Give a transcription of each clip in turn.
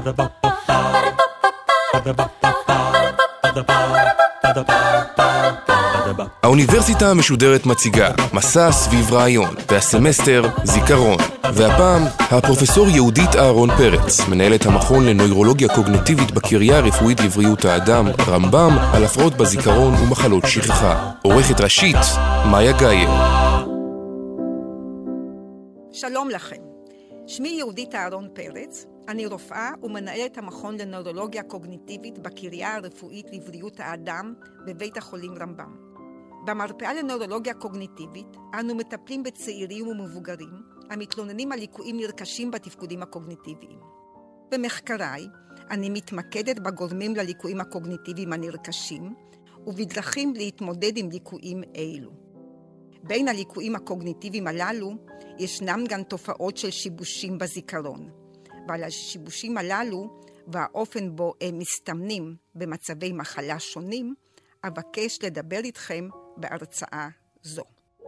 האוניברסיטה המשודרת מציגה מסע סביב רעיון, והסמסטר זיכרון. והפעם הפרופסור יהודית אהרון פרץ, מנהלת המכון לנוירולוגיה קוגניטיבית בקריה הרפואית לבריאות האדם רמב"ם, על הפרעות בזיכרון ומחלות שכחה. עורכת ראשית מאיה גייר. שלום לכם, שמי יהודית אהרון פרץ, אני רופאה ומנהלת המכון לנוירולוגיה קוגניטיבית בקריה הרפואית לבריאות האדם בבית החולים רמב"ם. במרפאה לנוירולוגיה קוגניטיבית אנו מטפלים בצעירים ומבוגרים המתלוננים על ליקויים נרכשים בתפקודים הקוגניטיביים. במחקריי אני מתמקדת בגורמים לליקויים הקוגניטיביים הנרכשים ובדרכים להתמודד עם ליקויים אלו. בין הליקויים הקוגניטיביים הללו ישנם גם תופעות של שיבושים בזיכרון, ועל השיבושים הללו והאופן בו הם מסתמנים במצבי מחלה שונים, אבקש לדבר איתכם בהרצאה זו.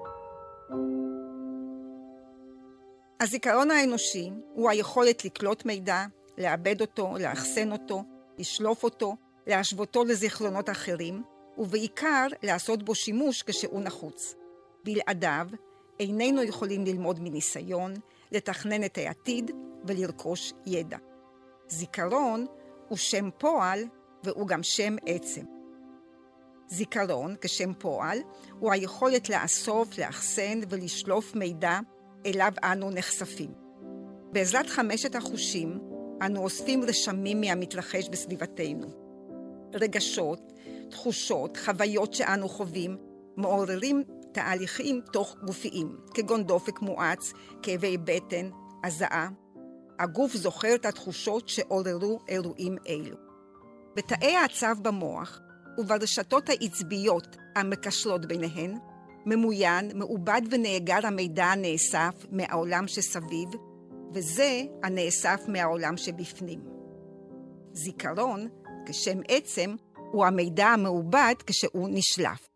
הזיכרון האנושי הוא היכולת לקלוט מידע, לעבד אותו, לאחסן אותו, לשלוף אותו, להשוותו לזיכרונות אחרים, ובעיקר לעשות בו שימוש כשהוא נחוץ. בלעדיו איננו יכולים ללמוד מניסיון, לתכנן את העתיד ולרכוש ידע. זיכרון הוא שם פועל והוא גם שם עצם. זיכרון כשם פועל הוא היכולת לאסוף, לאחסן ולשלוף מידע אליו אנו נחשפים. בעזרת 5 החושים אנו אוספים רשמים מהמתרחש בסביבתנו. רגשות, תחושות, חוויות שאנו חווים מעוררים תהליכים תוך גופיים, כגון דופק מואץ, כאבי בטן, הזעה. הגוף זוכר את התחושות שעוררו אירועים אלו. בתאי העצב במוח וברשתות העצביות המקשרות ביניהן, ממוין, מעובד ונאגר המידע הנאסף מהעולם שסביב, וזה הנאסף מהעולם שבפנים. זיכרון, כשם עצם, הוא המידע המעובד כשהוא נשלף.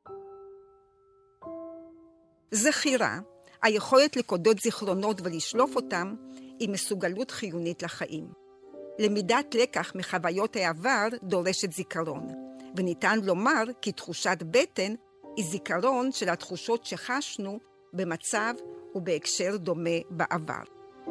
זכירה, היכולת לקודד זיכרונות ולשלוף אותם, היא מסוגלות חיונית לחיים. למידת לקח מחוויות העבר דורשת זיכרון, וניתן לומר כי תחושת בטן היא זיכרון של התחושות שחשנו במצב ובהקשר דומה בעבר.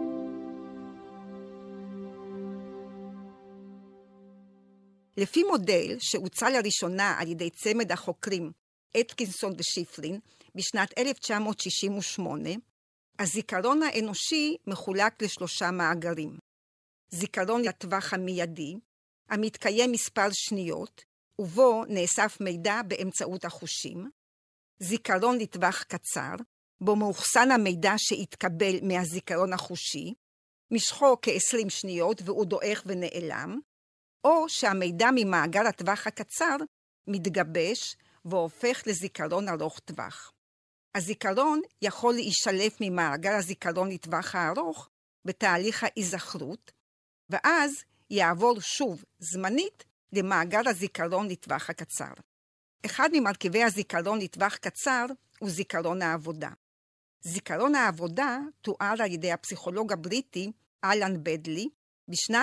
לפי מודל שהוצע לראשונה על ידי צמד החוקרים אטקינסון ושיפלין בשנת 1968, הזיכרון האנושי מחולק ל3 מאגרים. זיכרון לטווח המיידי, המתקיים מספר שניות, ובו נאסף מידע באמצעות החושים. זיכרון לטווח קצר, בו מאוחסן המידע שהתקבל מהזיכרון החושי, משכו כ20 שניות והוא דועך ונעלם, או שהמידע ממאגר הטווח הקצר מתגבש והופך לזיכרון ארוך טווח. הזיכרון יכול להישלף ממאגר הזיכרון לטווח הארוך בתהליך ההיזכרות, ואז יעבור שוב זמנית למאגר הזיכרון לטווח הקצר. אחד ממרכיבי הזיכרון לטווח קצר הוא זיכרון העבודה. זיכרון העבודה תואר על ידי הפסיכולוג הבריטי אלן בדלי בשנת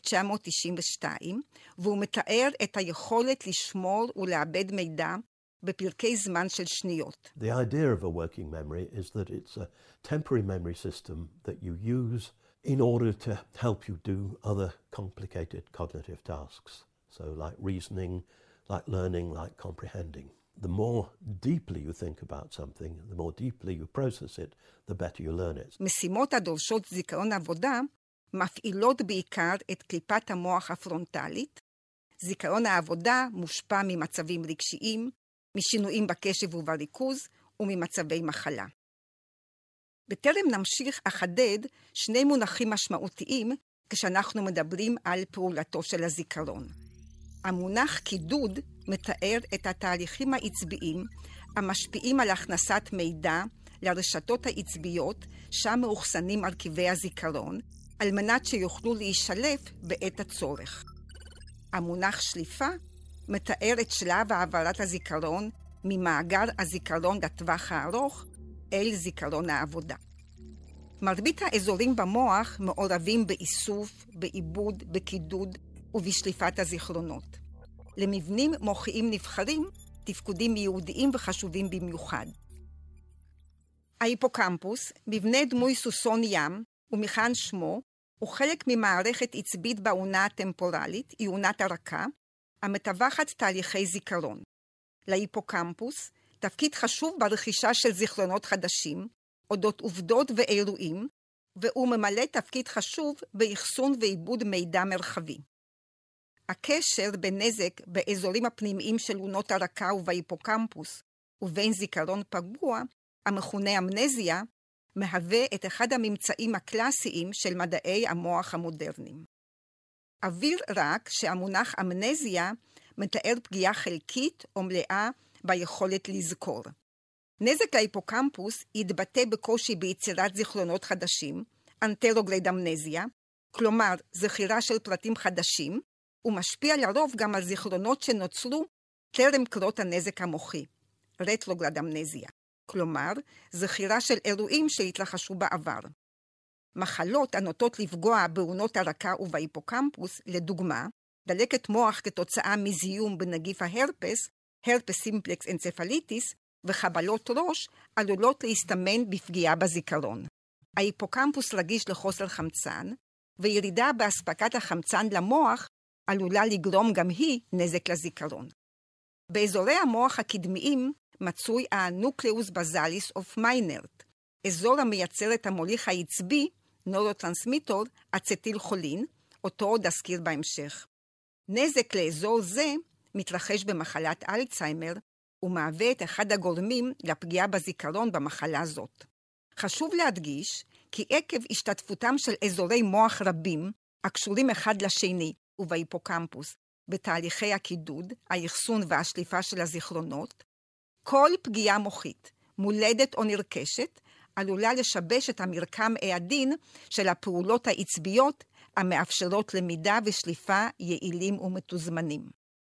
1992, והוא מתאר את היכולת לשמור ולעבד מידע בפרקי זמן של שניות. The idea of a working memory is that it's a temporary memory system that you use in order to help you do other complicated cognitive tasks. So like reasoning, like learning, like comprehending. The more deeply you think about something, the more deeply you process it, the better you learn it. משימות הדורשות זיכרון עבודה מפעילות בעיקר את קליפת המוח הפרונטלית. זיכרון העבודה מושפע ממצבים רגשיים, משינויים בקשב ובריכוז וממצבי מחלה. בטרם נמשיך אחדד 2 מונחים משמעותיים כשאנחנו מדברים על פעולתו של הזיכרון. המונח קידוד מתאר את התהליכים העצביים המשפיעים על הכנסת מידע לרשתות העצביות שם מאוחסנים מרכיבי הזיכרון, על מנת שיוכלו להישלף בעת הצורך. המונח שליפה מתאר את שלב העברת הזיכרון ממאגר הזיכרון לטווח הארוך אל זיכרון העבודה. מרבית האזורים במוח מעורבים באיסוף, בעיבוד, בקידוד ובשליפת הזיכרונות. למבנים מוחיים נבחרים, תפקודים ייעודיים וחשובים במיוחד. ההיפוקמפוס, מבנה דמוי סוסון ים, ומכאן שמו, הוא חלק ממערכת עצבית באונה הטמפורלית, היא אונת הרקה, המתווכת תהליכי זיכרון. להיפוקמפוס, תפקיד חשוב ברכישה של זיכרונות חדשים, אודות עובדות ואירועים, והוא ממלא תפקיד חשוב באחסון ועיבוד מידע מרחבי. הקשר בין נזק באזורים הפנימיים של אונות הרקה ובהיפוקמפוס, ובין זיכרון פגוע, המכונה אמנזיה, מהווה את אחד הממצאים הקלאסיים של מדעי המוח המודרניים. אבהיר רק שהמונח אמנזיה מתאר פגיעה חלקית או מלאה ביכולת לזכור. נזק להיפוקמפוס יתבטא בקושי ביצירת זיכרונות חדשים, אנטרוגליד-אמנזיה, כלומר זכירה של פרטים חדשים, ומשפיע לרוב גם על זיכרונות שנוצרו טרם קרות הנזק המוחי, רטרוגליד-אמנזיה, כלומר זכירה של אירועים שהתרחשו בעבר. מחלות הנוטות לפגוע באונות הרקה ובהיפוקמפוס, לדוגמה, דלקת מוח כתוצאה מזיהום בנגיף ההרפס, הרפס סימפלקס אנצפליטיס, וחבלות ראש עלולות להסתמן בפגיעה בזיכרון. ההיפוקמפוס רגיש לחוסר חמצן, וירידה באספקת החמצן למוח עלולה לגרום גם היא נזק לזיכרון. באזורי המוח הקדמיים מצוי הנוקלאוס בזליס אוף מיינרט, אזור המייצר את המוליך העצבי, נורוטרנסמיטור, אצטיל חולין, אותו עוד אזכיר בהמשך. נזק לאזור זה מתרחש במחלת אלצהיימר, ומהווה את אחד הגורמים לפגיעה בזיכרון במחלה זאת. חשוב להדגיש כי עקב השתתפותם של אזורי מוח רבים, הקשורים אחד לשני ובהיפוקמפוס, בתהליכי הקידוד, האחסון והשליפה של הזיכרונות, כל פגיעה מוחית, מולדת או נרכשת, עלולה לשבש את המרקם העדין של הפעולות העצביות המאפשרות למידה ושליפה יעילים ומתוזמנים.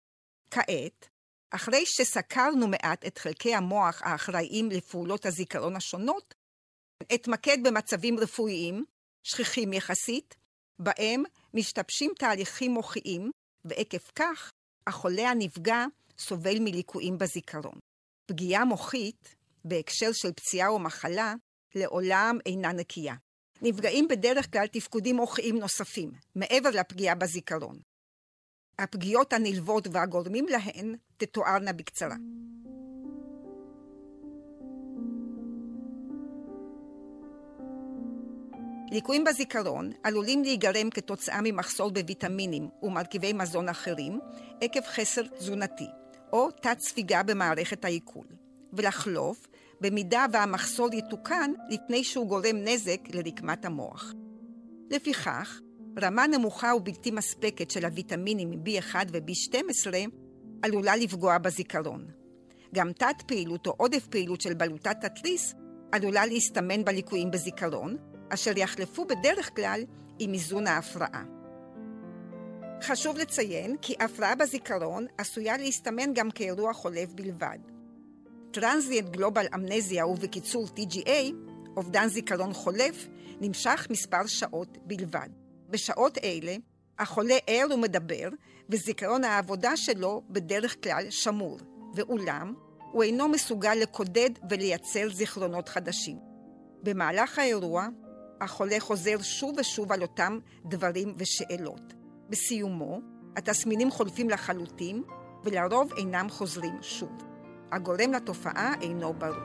כעת, אחרי שסקרנו מעט את חלקי המוח האחראיים לפעולות הזיכרון השונות, אתמקד במצבים רפואיים, שכיחים יחסית, בהם משתבשים תהליכים מוחיים, ועקב כך החולה הנפגע סובל מליקויים בזיכרון. פגיעה מוחית, בהקשר של פציעה או מחלה, לעולם אינה נקייה. נפגעים בדרך כלל תפקודים מוחיים נוספים, מעבר לפגיעה בזיכרון. הפגיעות הנלוות והגורמים להן תתוארנה בקצרה. ליקויים בזיכרון עלולים להיגרם כתוצאה ממחסור בוויטמינים ומרכיבי מזון אחרים עקב חסר תזונתי או תת ספיגה במערכת העיכול, ולחלוף במידה והמחסור יתוקן לפני שהוא גורם נזק לרקמת המוח. לפיכך, רמה נמוכה ובלתי מספקת של הוויטמינים B1 ו-B12 עלולה לפגוע בזיכרון. גם תת פעילות או עודף פעילות של בלוטת התריס עלולה להסתמן בליקויים בזיכרון, אשר יחלפו בדרך כלל עם איזון ההפרעה. חשוב לציין כי הפרעה בזיכרון עשויה להסתמן גם כאירוע חולף בלבד. טרנזיאנט גלובל אמנזיה ובקיצור TGA, אובדן זיכרון חולף, נמשך מספר שעות בלבד. בשעות אלה, החולה ער ומדבר, וזיכרון העבודה שלו בדרך כלל שמור, ואולם הוא אינו מסוגל לקודד ולייצר זיכרונות חדשים. במהלך האירוע, החולה חוזר שוב ושוב על אותם דברים ושאלות. בסיומו, התסמינים חולפים לחלוטין, ולרוב אינם חוזרים שוב. הגורם לתופעה אינו ברור.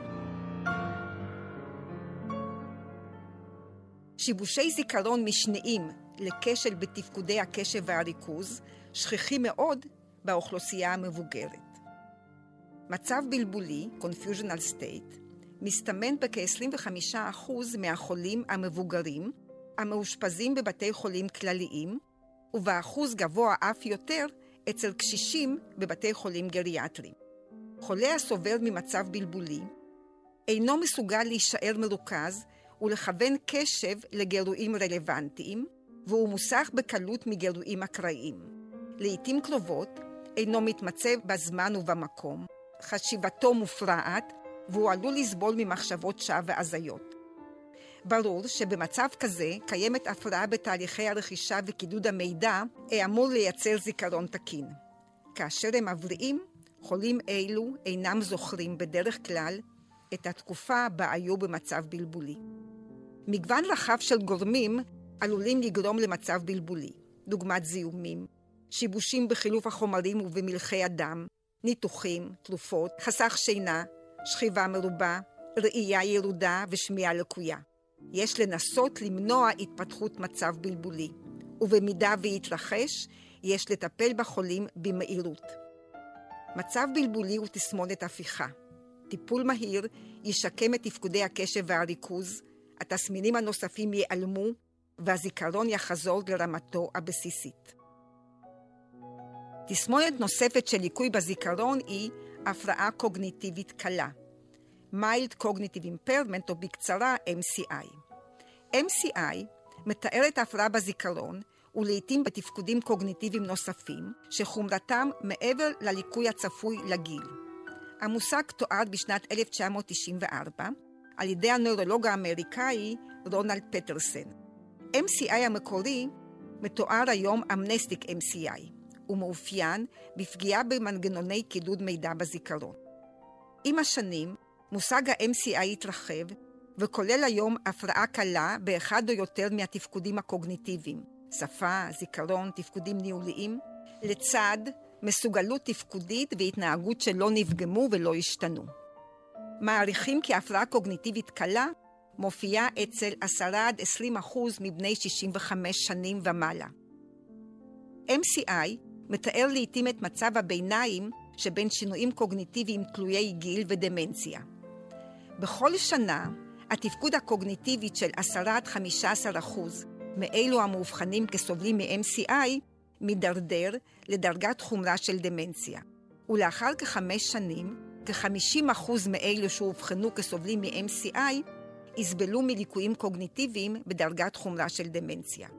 שיבושי זיכרון משניים לכשל בתפקודי הקשב והריכוז שכיחים מאוד באוכלוסייה המבוגרת. מצב בלבולי, confusional state, מסתמן בכ-25% מהחולים המבוגרים המאושפזים בבתי חולים כלליים, ובאחוז גבוה אף יותר אצל קשישים בבתי חולים גריאטריים. חולה הסובל ממצב בלבולי אינו מסוגל להישאר מרוכז ולכוון קשב לגירויים רלוונטיים, והוא מוסח בקלות מגירויים אקראיים. לעתים קרובות אינו מתמצא בזמן ובמקום, חשיבתו מופרעת, והוא עלול לסבול ממחשבות שווא והזיות. ברור שבמצב כזה קיימת הפרעה בתהליכי הרכישה וקידוד המידע, אמור לייצר זיכרון תקין. כאשר הם מבריאים, חולים אלו אינם זוכרים בדרך כלל את התקופה בה היו במצב בלבולי. מגוון רחב של גורמים עלולים לגרום למצב בלבולי, דוגמת זיהומים, שיבושים בחילוף החומרים ובמלחי הדם, ניתוחים, תרופות, חסך שינה, שכיבה מרובה, ראייה ירודה ושמיעה לקויה. יש לנסות למנוע התפתחות מצב בלבולי, ובמידה ויתרחש, יש לטפל בחולים במהירות. מצב בלבולי הוא תסמונת הפיכה. טיפול מהיר ישקם את תפקודי הקשב והריכוז, התסמינים הנוספים ייעלמו, והזיכרון יחזור לרמתו הבסיסית. תסמונת נוספת של ליקוי בזיכרון היא הפרעה קוגניטיבית קלה. Mild Cognitive Impairment, או בקצרה MCI. MCI מתאר את ההפרעה בזיכרון, ולעיתים בתפקודים קוגניטיביים נוספים, שחומרתם מעבר לליקוי הצפוי לגיל. המושג תואר בשנת 1994 על ידי הנוירולוג האמריקאי רונלד פטרסן. MCI המקורי מתואר היום אמנסטיק MCI, ומאופיין בפגיעה במנגנוני קידוד מידע בזיכרון. עם השנים, מושג ה-MCI התרחב, וכולל היום הפרעה קלה באחד או יותר מהתפקודים הקוגניטיביים, שפה, זיכרון, תפקודים ניהוליים, לצד מסוגלות תפקודית והתנהגות שלא נפגמו ולא השתנו. מעריכים כי הפרעה קוגניטיבית קלה מופיעה אצל 10-20% מבני 65 שנים ומעלה. MCI מתאר לעתים את מצב הביניים שבין שינויים קוגניטיביים תלויי גיל ודמנציה. בכל שנה, התפקוד הקוגניטיבית של 10-15% מאלו המאובחנים כסובלים מ-MCI מדרדר לדרגת חומרה של דמנציה. ולאחר כ5 שנים, כ50% מאלו שהאובחנו כסובלים מ-MCI יסבלו מליקויים קוגניטיביים בדרגת חומרה של דמנציה.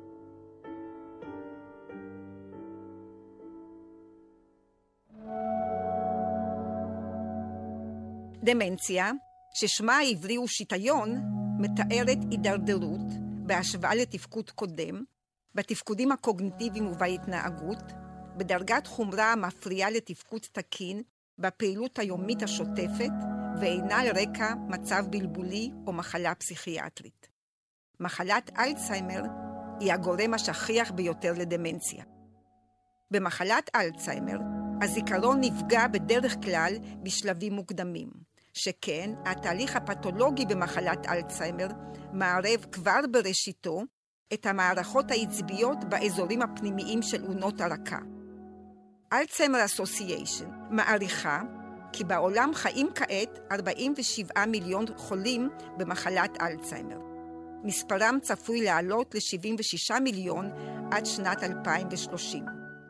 דמנציה, ששמה העברי הוא שיטיון, מתארת הידרדרות בהשוואה לתפקוד קודם, בתפקודים הקוגניטיביים ובהתנהגות, בדרגת חומרה המפריעה לתפקוד תקין, בפעילות היומית השוטפת, ואינה על רקע מצב בלבולי או מחלה פסיכיאטרית. מחלת אלצהיימר היא הגורם השכיח ביותר לדמנציה. במחלת אלצהיימר, הזיכרון נפגע בדרך כלל בשלבים מוקדמים, שכן התהליך הפתולוגי במחלת אלצהיימר מערב כבר בראשיתו את המערכות העצביות באזורים הפנימיים של אונות הרקה. אלצהיימר אסוסיישן מעריכה כי בעולם חיים כעת 47 מיליון חולים במחלת אלצהיימר. מספרם צפוי לעלות ל76 מיליון עד שנת 2030.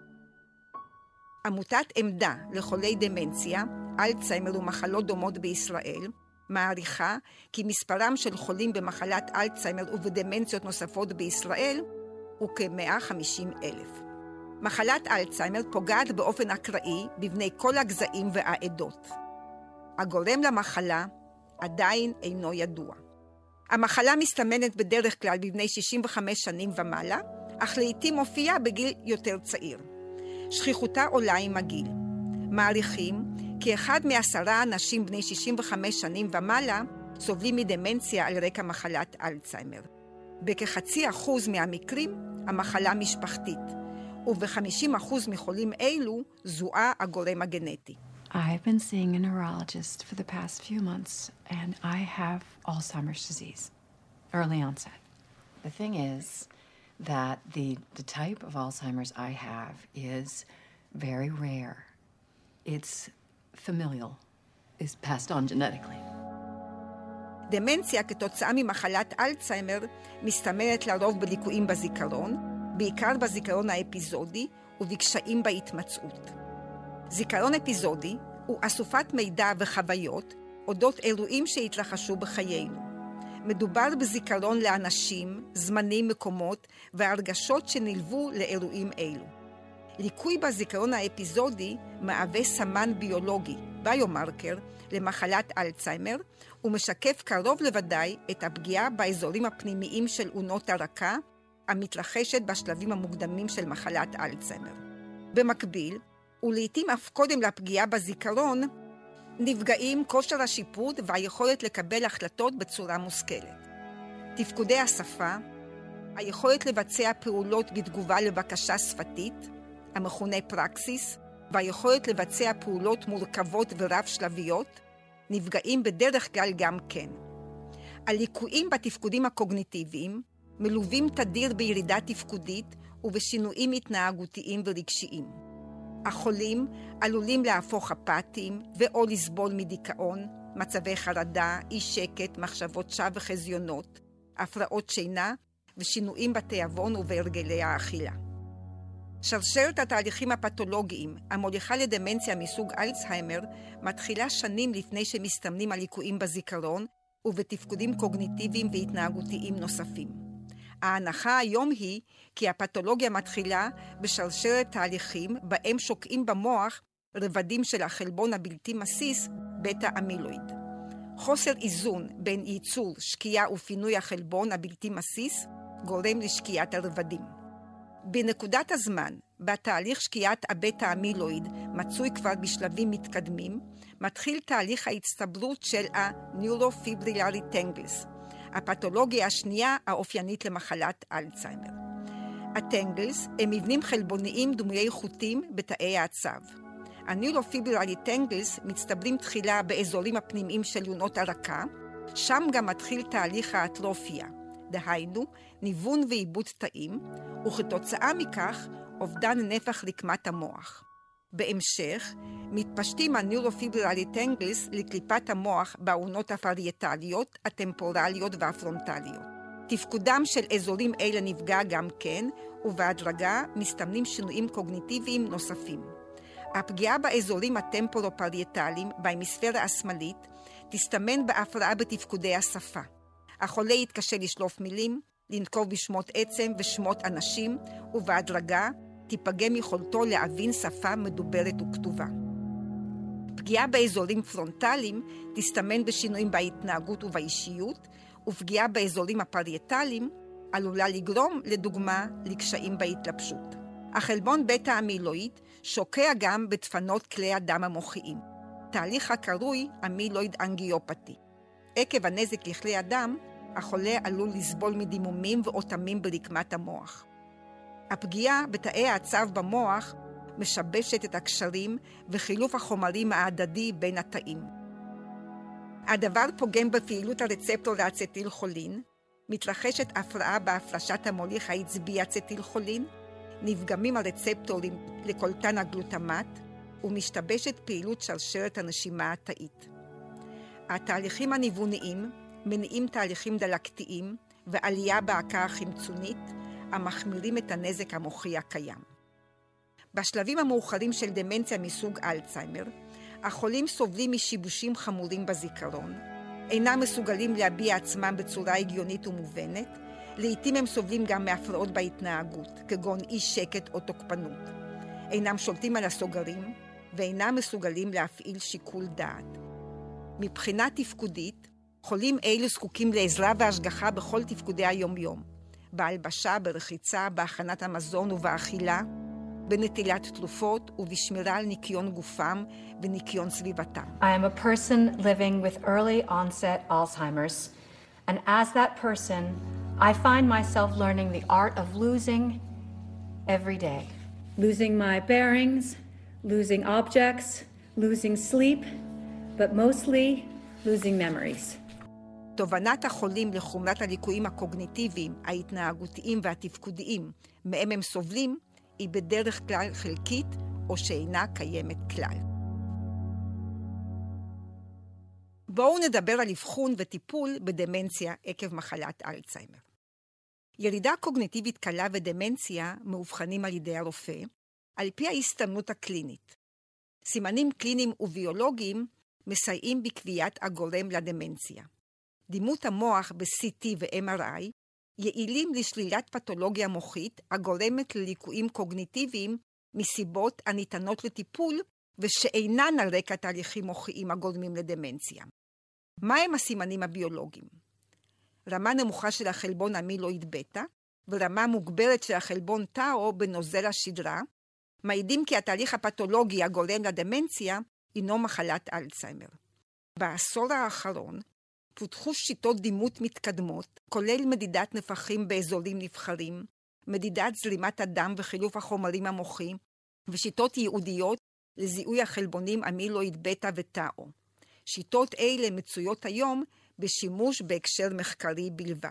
עמותת עמדה לחולי דמנציה, אלצהיימר ומחלות דומות בישראל, מעריכה כי מספרם של חולים במחלת אלצהיימר ובדמנציות נוספות בישראל הוא כ-150,000. מחלת אלצהיימר פוגעת באופן אקראי בבני כל הגזעים והעדות. הגורם למחלה עדיין אינו ידוע. המחלה מסתמנת בדרך כלל בבני 65 שנים ומעלה, אך לעתים מופיעה בגיל יותר צעיר. שכיחותה עולה עם הגיל. מעריכים כי 1 מ10 אנשים בני 65 שנים ומעלה סובלים מדמנציה על רקע מחלת אלצהיימר. בכ0.5% מהמקרים המחלה משפחתית, וב50% מחולים אלו זוהה הגורם הגנטי. I've been seeing a neurologist for the past few months, and I have Alzheimer's disease, early onset. The thing is that the type of Alzheimer's I have is very rare. It's familial, is passed on genetically. דמנציה כתוצאה ממחלת אלצהיימר מסתמנת לרוב בליקויים בזיכרון, בעיקר בזיכרון האפיזודי ובקשיים בהתמצאות. זיכרון אפיזודי הוא אסופת מידע וחוויות אודות אירועים שהתרחשו בחיינו. מדובר בזיכרון לאנשים, זמנים, מקומות והרגשות שנלוו לאירועים אלו. ליקוי בזיכרון האפיזודי מהווה סמן ביולוגי, ביומרקר, למחלת אלצהיימר, ומשקף קרוב לוודאי את הפגיעה באזורים הפנימיים של אונות הרקה, המתרחשת בשלבים המוקדמים של מחלת אלצהיימר. במקביל, ולעיתים אף קודם לפגיעה בזיכרון, נפגעים כושר השיפוט והיכולת לקבל החלטות בצורה מושכלת. תפקודי השפה, היכולת לבצע פעולות בתגובה לבקשה שפתית, המכונה פרקסיס, והיכולת לבצע פעולות מורכבות ורב-שלביות, נפגעים בדרך כלל גם כן. הליקויים בתפקודים הקוגניטיביים מלווים תדיר בירידה תפקודית ובשינויים התנהגותיים ורגשיים. החולים עלולים להפוך אפתיים ואו לסבול מדיכאון, מצבי חרדה, אי שקט, מחשבות שווא וחזיונות, הפרעות שינה ושינויים בתיאבון ובהרגלי האכילה. שרשרת התהליכים הפתולוגיים המוליכה לדמנציה מסוג אלצהיימר מתחילה שנים לפני שמסתמנים הליקויים בזיכרון ובתפקודים קוגניטיביים והתנהגותיים נוספים. ההנחה היום היא כי הפתולוגיה מתחילה בשרשרת תהליכים בהם שוקעים במוח רבדים של החלבון הבלתי מסיס בטא אמילואיד. חוסר איזון בין ייצור, שקיעה ופינוי החלבון הבלתי מסיס גורם לשקיעת הרבדים. בנקודת הזמן, בתהליך שקיעת הבטא אמילואיד מצוי כבר בשלבים מתקדמים, מתחיל תהליך ההצטברות של ה-Neurofibrillary Tangles, הפתולוגיה השנייה האופיינית למחלת אלצהיימר. הטנגלס הם מבנים חלבוניים דמויי חוטים בתאי העצב. ה-Neurofibrillary Tangles מצטברים תחילה באזורים הפנימיים של יונות הרקה, שם גם מתחיל תהליך האטרופיה, דהיינו ניוון ועיבוד תאים, וכתוצאה מכך אובדן נפח רקמת המוח. בהמשך מתפשטים ה-Neurofibrillary Tangles לקליפת המוח באונות הפרייטליות, הטמפורליות והפרונטליות. תפקודם של אזורים אלה נפגע גם כן, ובהדרגה מסתמנים שינויים קוגניטיביים נוספים. הפגיעה באזורים הטמפורו-פרייטליים בהמיספירה השמאלית תסתמן בהפרעה בתפקודי השפה. החולה יתקשה לשלוף מילים, לנקוב בשמות עצם ושמות אנשים, ובהדרגה תיפגם יכולתו להבין שפה מדוברת וכתובה. פגיעה באזורים פרונטליים תסתמן בשינויים בהתנהגות ובאישיות, ופגיעה באזורים הפרייטליים עלולה לגרום, לדוגמה, לקשיים בהתלבשות. החלבון בטא אמילואיד שוקע גם בדפנות כלי הדם המוחיים, תהליך הקרוי אמילואיד אנגיופתי. עקב הנזק לכלי הדם, החולה עלול לסבול מדימומים ואוטמים ברקמת המוח. הפגיעה בתאי העצב במוח משבשת את הקשרים וחילוף החומרים ההדדי בין התאים. הדבר פוגם בפעילות הרצפטור לאצטיל חולין, מתרחשת הפרעה בהפרשת המוליך העצבי אצטיל חולין, נפגמים הרצפטורים לקולטן הגלוטמט, ומשתבשת פעילות שרשרת הנשימה התאית. התהליכים הניווניים מניעים תהליכים דלקתיים ועלייה בהקה החמצונית, המחמירים את הנזק המוחי הקיים. בשלבים המאוחרים של דמנציה מסוג אלצהיימר, החולים סובלים משיבושים חמורים בזיכרון, אינם מסוגלים להביע עצמם בצורה הגיונית ומובנת, לעתים הם סובלים גם מהפרעות בהתנהגות, כגון אי שקט או תוקפנות. אינם שולטים על הסוגרים, ואינם מסוגלים להפעיל שיקול דעת. מבחינה תפקודית, חולים אלו זקוקים לעזרה והשגחה בכל תפקודי היום-יום, בהלבשה, ברחיצה, בהכנת המזון ובאכילה, בנטילת תרופות ובשמירה על ניקיון גופם וניקיון סביבתם. I am a person living with early onset Alzheimer's, and as that person, I find myself learning the art of losing every day. Losing my bearings, losing objects, losing sleep, but mostly losing memories. תובנת החולים לחומרת הליקויים הקוגניטיביים, ההתנהגותיים והתפקודיים, מהם הם סובלים, היא בדרך כלל חלקית או שאינה קיימת כלל. בואו נדבר על אבחון וטיפול בדמנציה עקב מחלת אלצהיימר. ירידה קוגניטיבית קלה ודמנציה מאובחנים על ידי הרופא, על פי ההסתמנות הקלינית. סימנים קליניים וביולוגיים מסייעים בקביעת הגורם לדמנציה. דימות המוח ב-CT ו-MRI יעילים לשלילת פתולוגיה מוחית הגורמת לליקויים קוגניטיביים מסיבות הניתנות לטיפול ושאינן על רקע תהליכים מוחיים הגורמים לדמנציה. מהם הסימנים הביולוגיים? רמה נמוכה של החלבון אמילואיד בטא ורמה מוגברת של החלבון טאו בנוזל השדרה, מעידים כי התהליך הפתולוגי הגורם לדמנציה הינו מחלת אלצהיימר. בעשור האחרון פותחו שיטות דימות מתקדמות, כולל מדידת נפחים באזורים נבחרים, מדידת זרימת הדם וחילוף החומרים המוחיים, ושיטות ייעודיות לזיהוי החלבונים אמילואיד בטא וטאו. שיטות אלה מצויות היום בשימוש בהקשר מחקרי בלבד.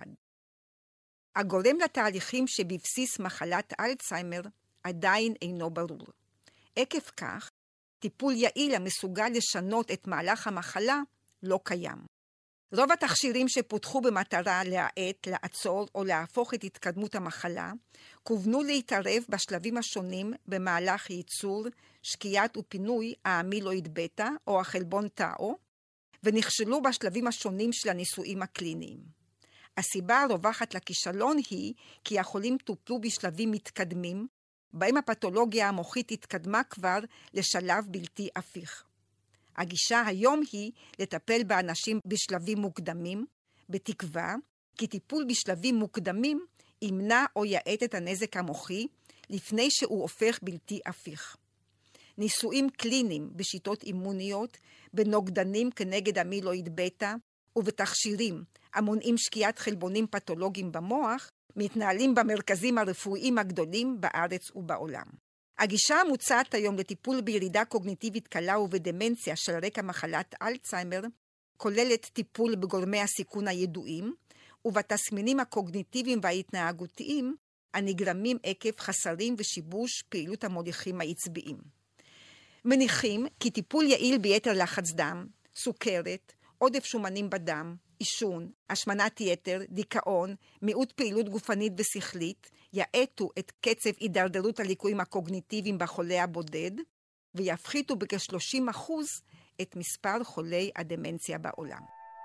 הגורם לתהליכים שבבסיס מחלת אלצהיימר עדיין אינו ברור. עקב כך, טיפול יעיל המסוגל לשנות את מהלך המחלה לא קיים. רוב התכשירים שפותחו במטרה להאט, לעצור או להפוך את התקדמות המחלה, כוונו להתערב בשלבים השונים במהלך ייצור, שקיעת ופינוי האמילואיד בטא או החלבון טאו, ונכשלו בשלבים השונים של הניסויים הקליניים. הסיבה הרווחת לכישלון היא כי החולים טופלו בשלבים מתקדמים, בהם הפתולוגיה המוחית התקדמה כבר לשלב בלתי הפיך. הגישה היום היא לטפל באנשים בשלבים מוקדמים, בתקווה כי טיפול בשלבים מוקדמים ימנע או יעט את הנזק המוחי לפני שהוא הופך בלתי הפיך. ניסויים קליניים בשיטות אימוניות, בנוגדנים כנגד אמילואיד בטא ובתכשירים המונעים שקיעת חלבונים פתולוגיים במוח, מתנהלים במרכזים הרפואיים הגדולים בארץ ובעולם. הגישה המוצעת היום לטיפול בירידה קוגניטיבית קלה ובדמנציה של רקע מחלת אלצהיימר, כוללת טיפול בגורמי הסיכון הידועים, ובתסמינים הקוגניטיביים וההתנהגותיים הנגרמים עקב חסרים ושיבוש פעילות המוליכים העצביים. מניחים כי טיפול יעיל ביתר לחץ דם, סוכרת, עודף שומנים בדם, עישון, השמנת יתר, דיכאון, מיעוט פעילות גופנית ושכלית, יעטו את קצב הידרדרות הליקויים הקוגניטיביים בחולה הבודד, ויפחיתו בכ-30% את מספר חולי הדמנציה בעולם.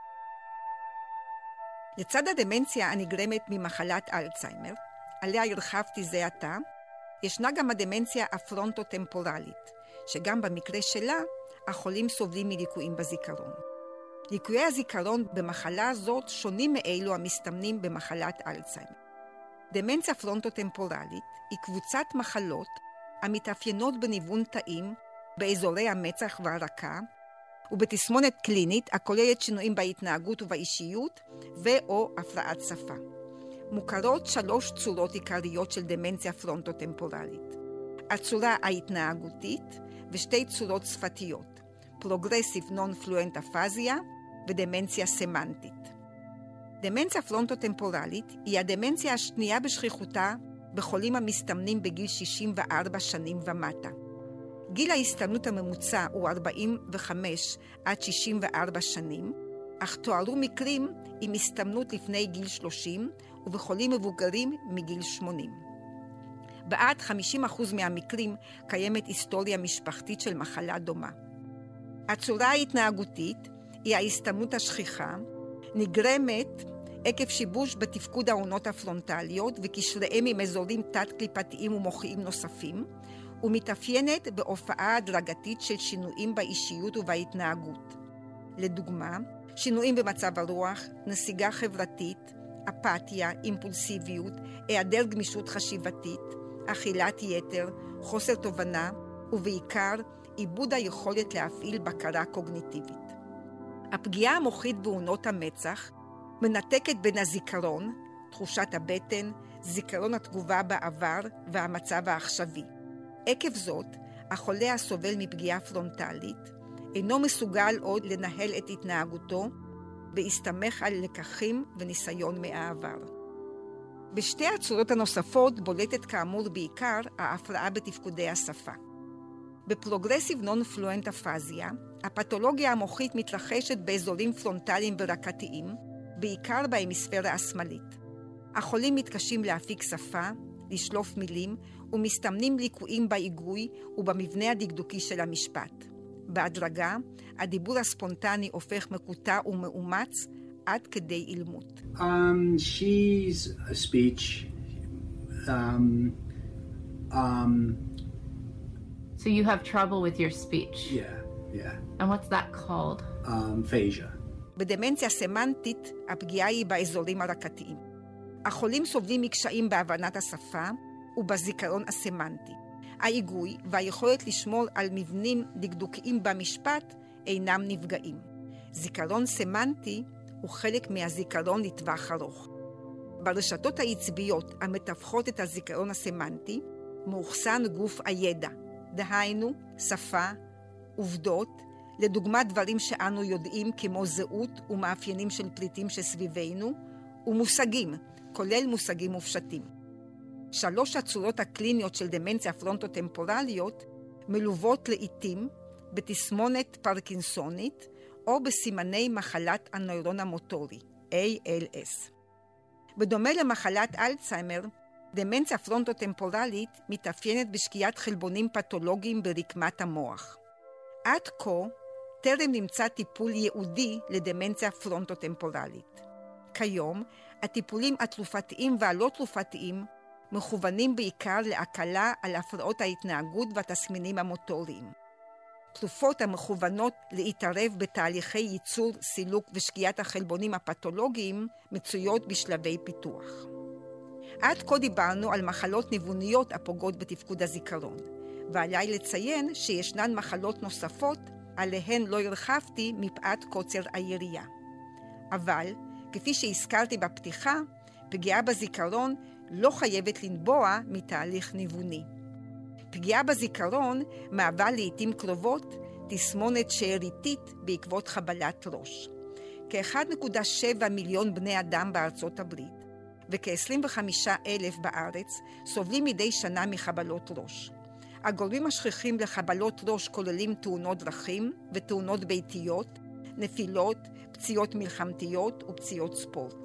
לצד הדמנציה הנגרמת ממחלת אלצהיימר, עליה הרחבתי זה עתה, ישנה גם הדמנציה הפרונטוטמפורלית, שגם במקרה שלה החולים סובלים מליקויים בזיכרון. ליקויי הזיכרון במחלה הזאת שונים מאלו המסתמנים במחלת אלצהיימר. דמנציה פרונטוטמפורלית היא קבוצת מחלות המתאפיינות בניוון תאים באזורי המצח והרקה, ובתסמונת קלינית הכוללת שינויים בהתנהגות ובאישיות ו/או הפרעת שפה. מוכרות 3 צורות עיקריות של דמנציה פרונטוטמפורלית. הצורה ההתנהגותית ו2 צורות שפתיות, פרוגרסיב נון-פלואנט אפזיה ודמנציה סמנטית. דמנציה פרונטוטמפורלית היא הדמנציה השנייה בשכיחותה בחולים המסתמנים בגיל 64 שנים ומטה. גיל ההסתמנות הממוצע הוא 45 עד 64 שנים, אך תוארו מקרים עם הסתמנות לפני גיל 30 ובחולים מבוגרים מגיל 80. בעד 50% מהמקרים קיימת היסטוריה משפחתית של מחלה דומה. הצורה ההתנהגותית היא ההסתמנות השכיחה, נגרמת עקב שיבוש בתפקוד העונות הפרונטליות וקשריהם עם אזורים תת-קליפתיים ומוחיים נוספים, ומתאפיינת בהופעה הדרגתית של שינויים באישיות ובהתנהגות. לדוגמה, שינויים במצב הרוח, נסיגה חברתית, אפתיה, אימפולסיביות, היעדר גמישות חשיבתית, אכילת יתר, חוסר תובנה, ובעיקר איבוד היכולת להפעיל בקרה קוגניטיבית. הפגיעה המוחית בעונות המצח מנתקת בין הזיכרון, תחושת הבטן, זיכרון התגובה בעבר והמצב העכשווי. עקב זאת, החולה הסובל מפגיעה פרונטלית אינו מסוגל עוד לנהל את התנהגותו בהסתמך על לקחים וניסיון מהעבר. בשתי הצורות הנוספות בולטת כאמור בעיקר ההפרעה בתפקודי השפה. בפרוגרסיב נון-פלואנט אפזיה, הפתולוגיה המוחית מתרחשת באזורים פרונטליים ורקתיים, בעיקר בהמיספירה השמאלית. החולים מתקשים להפיק שפה, לשלוף מילים, ומסתמנים ליקויים בהיגוי ובמבנה הדקדוקי של המשפט. בהדרגה, הדיבור הספונטני הופך מקוטע ומאומץ עד כדי אילמות. She's a speech. So you have trouble with your speech? Yeah. And what's that called? Aphasia. בדמנציה סמנטית, הפגיעה היא באזורים הרקתיים. החולים סובלים מקשיים בהבנת השפה ובזיכרון הסמנטי. ההיגוי והיכולת לשמור על מבנים דקדוקיים במשפט אינם נפגעים. זיכרון סמנטי הוא חלק מהזיכרון לטווח ארוך. ברשתות העצביות המתווכות את הזיכרון הסמנטי מאוחסן גוף הידע, דהיינו שפה, עובדות, לדוגמה דברים שאנו יודעים כמו זהות ומאפיינים של פליטים שסביבנו, ומושגים, כולל מושגים מופשטים. 3 הצורות הקליניות של דמנציה פרונטו-טמפורליות מלוות לעתים בתסמונת פרקינסונית או בסימני מחלת הנוירון המוטורי, ALS. בדומה למחלת אלצהיימר, דמנציה פרונטו-טמפורלית מתאפיינת בשקיעת חלבונים פתולוגיים ברקמת המוח. עד כה, טרם נמצא טיפול ייעודי לדמנציה פרונטו-טמפורלית. כיום, הטיפולים התרופתיים והלא תרופתיים מכוונים בעיקר להקלה על הפרעות ההתנהגות והתסמינים המוטוריים. תרופות המכוונות להתערב בתהליכי ייצור, סילוק ושקיעת החלבונים הפתולוגיים מצויות בשלבי פיתוח. עד כה דיברנו על מחלות ניווניות הפוגעות בתפקוד הזיכרון, ועליי לציין שישנן מחלות נוספות עליהן לא הרחבתי מפאת קוצר היריעה. אבל, כפי שהזכרתי בפתיחה, פגיעה בזיכרון לא חייבת לנבוע מתהליך ניווני. פגיעה בזיכרון מהווה לעתים קרובות תסמונת שאריתית בעקבות חבלת ראש. כ-1.7 מיליון בני אדם בארצות הברית וכ-25,000 בארץ סובלים מדי שנה מחבלות ראש. הגורמים השכיחים לחבלות ראש כוללים תאונות דרכים ותאונות ביתיות, נפילות, פציעות מלחמתיות ופציעות ספורט.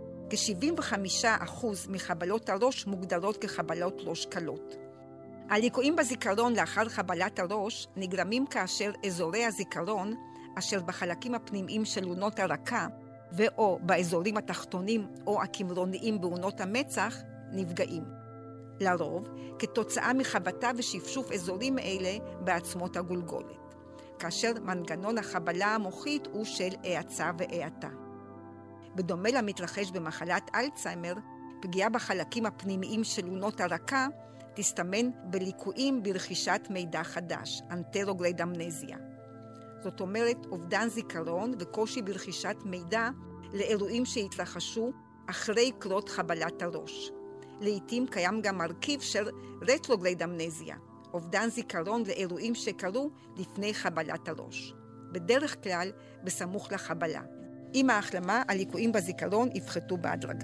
כ-75% מחבלות הראש מוגדרות כחבלות ראש קלות. הליקויים בזיכרון לאחר חבלת הראש נגרמים כאשר אזורי הזיכרון, אשר בחלקים הפנימיים של אונות הרקה, ואו באזורים התחתונים או הקמרוניים באונות המצח, נפגעים. לרוב, כתוצאה מחבטה ושפשוף אזורים אלה בעצמות הגולגולת, כאשר מנגנון החבלה המוחית הוא של האצה והאטה. בדומה למתרחש במחלת אלצהיימר, פגיעה בחלקים הפנימיים של אונות הרקה תסתמן בליקויים ברכישת מידע חדש, אנטרוגרייד אמנזיה. זאת אומרת, אובדן זיכרון וקושי ברכישת מידע לאירועים שהתרחשו אחרי קרות חבלת הראש. לעתים קיים גם מרכיב של רטרוגרייד אמנזיה, אובדן זיכרון לאירועים שקרו לפני חבלת הראש. בדרך כלל בסמוך לחבלה. עם ההחלמה, הליקויים בזיכרון יפחתו בהדרגה.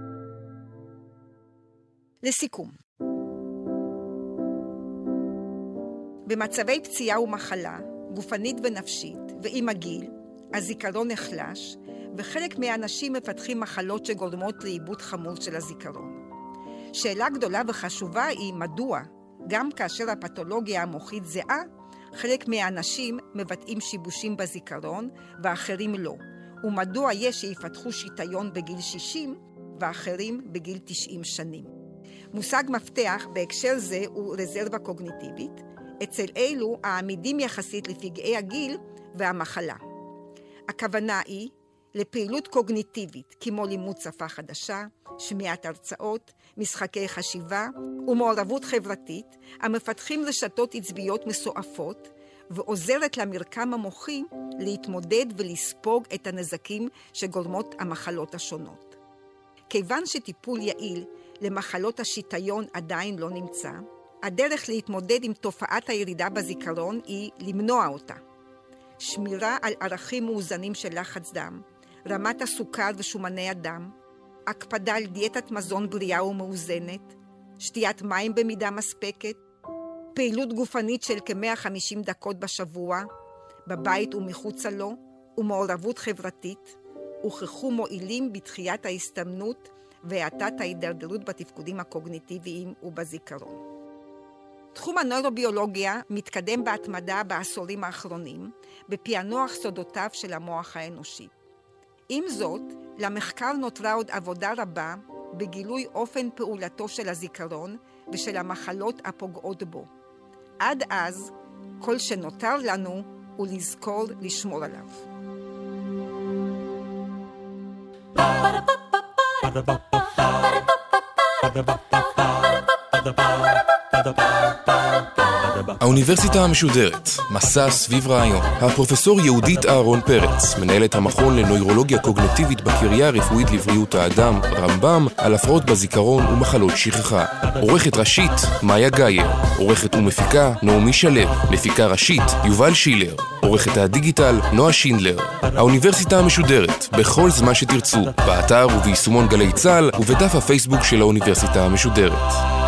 לסיכום, במצבי פציעה ומחלה, גופנית ונפשית, ועם הגיל, הזיכרון נחלש, וחלק מהאנשים מפתחים מחלות שגורמות לאיבוד חמור של הזיכרון. שאלה גדולה וחשובה היא מדוע, גם כאשר הפתולוגיה המוחית זהה, חלק מהאנשים מבטאים שיבושים בזיכרון ואחרים לא, ומדוע יש שיפתחו שיטיון בגיל 60 ואחרים בגיל 90 שנים. מושג מפתח בהקשר זה הוא רזרבה קוגניטיבית, אצל אלו העמידים יחסית לפגעי הגיל והמחלה. הכוונה היא לפעילות קוגניטיבית, כמו לימוד שפה חדשה, שמיעת הרצאות, משחקי חשיבה ומעורבות חברתית, המפתחים רשתות עצביות מסועפות, ועוזרת למרקם המוחי להתמודד ולספוג את הנזקים שגורמות המחלות השונות. כיוון שטיפול יעיל למחלות השיטיון עדיין לא נמצא, הדרך להתמודד עם תופעת הירידה בזיכרון היא למנוע אותה. שמירה על ערכים מאוזנים של לחץ דם, רמת הסוכר ושומני הדם, הקפדה על דיאטת מזון בריאה ומאוזנת, שתיית מים במידה מספקת, פעילות גופנית של כ-150 דקות בשבוע, בבית ומחוצה לו, ומעורבות חברתית, הוכחו מועילים בתחיית ההסתמנות והאטת ההידרדרות בתפקודים הקוגניטיביים ובזיכרון. תחום הנוירוביולוגיה מתקדם בהתמדה בעשורים האחרונים, בפענוח סודותיו של המוח האנושי. עם זאת, למחקר נותרה עוד עבודה רבה בגילוי אופן פעולתו של הזיכרון ושל המחלות הפוגעות בו. ועד אז, כל שנותר לנו הוא לזכור לשמור עליו. האוניברסיטה המשודרת, מסע סביב רעיון. הפרופסור יהודית אהרון פרץ, מנהלת המכון לנוירולוגיה קוגניטיבית בקריה הרפואית לבריאות האדם, רמב"ם, על הפרעות בזיכרון ומחלות שכחה. עורכת ראשית, מאיה גייר. עורכת ומפיקה, נעמי שלו. מפיקה ראשית, יובל שילר. עורכת הדיגיטל, נועה שינדלר. האוניברסיטה המשודרת, בכל זמן שתרצו, באתר וביישומון גלי צה"ל ובדף הפייסבוק של האוניברסיטה המשודרת.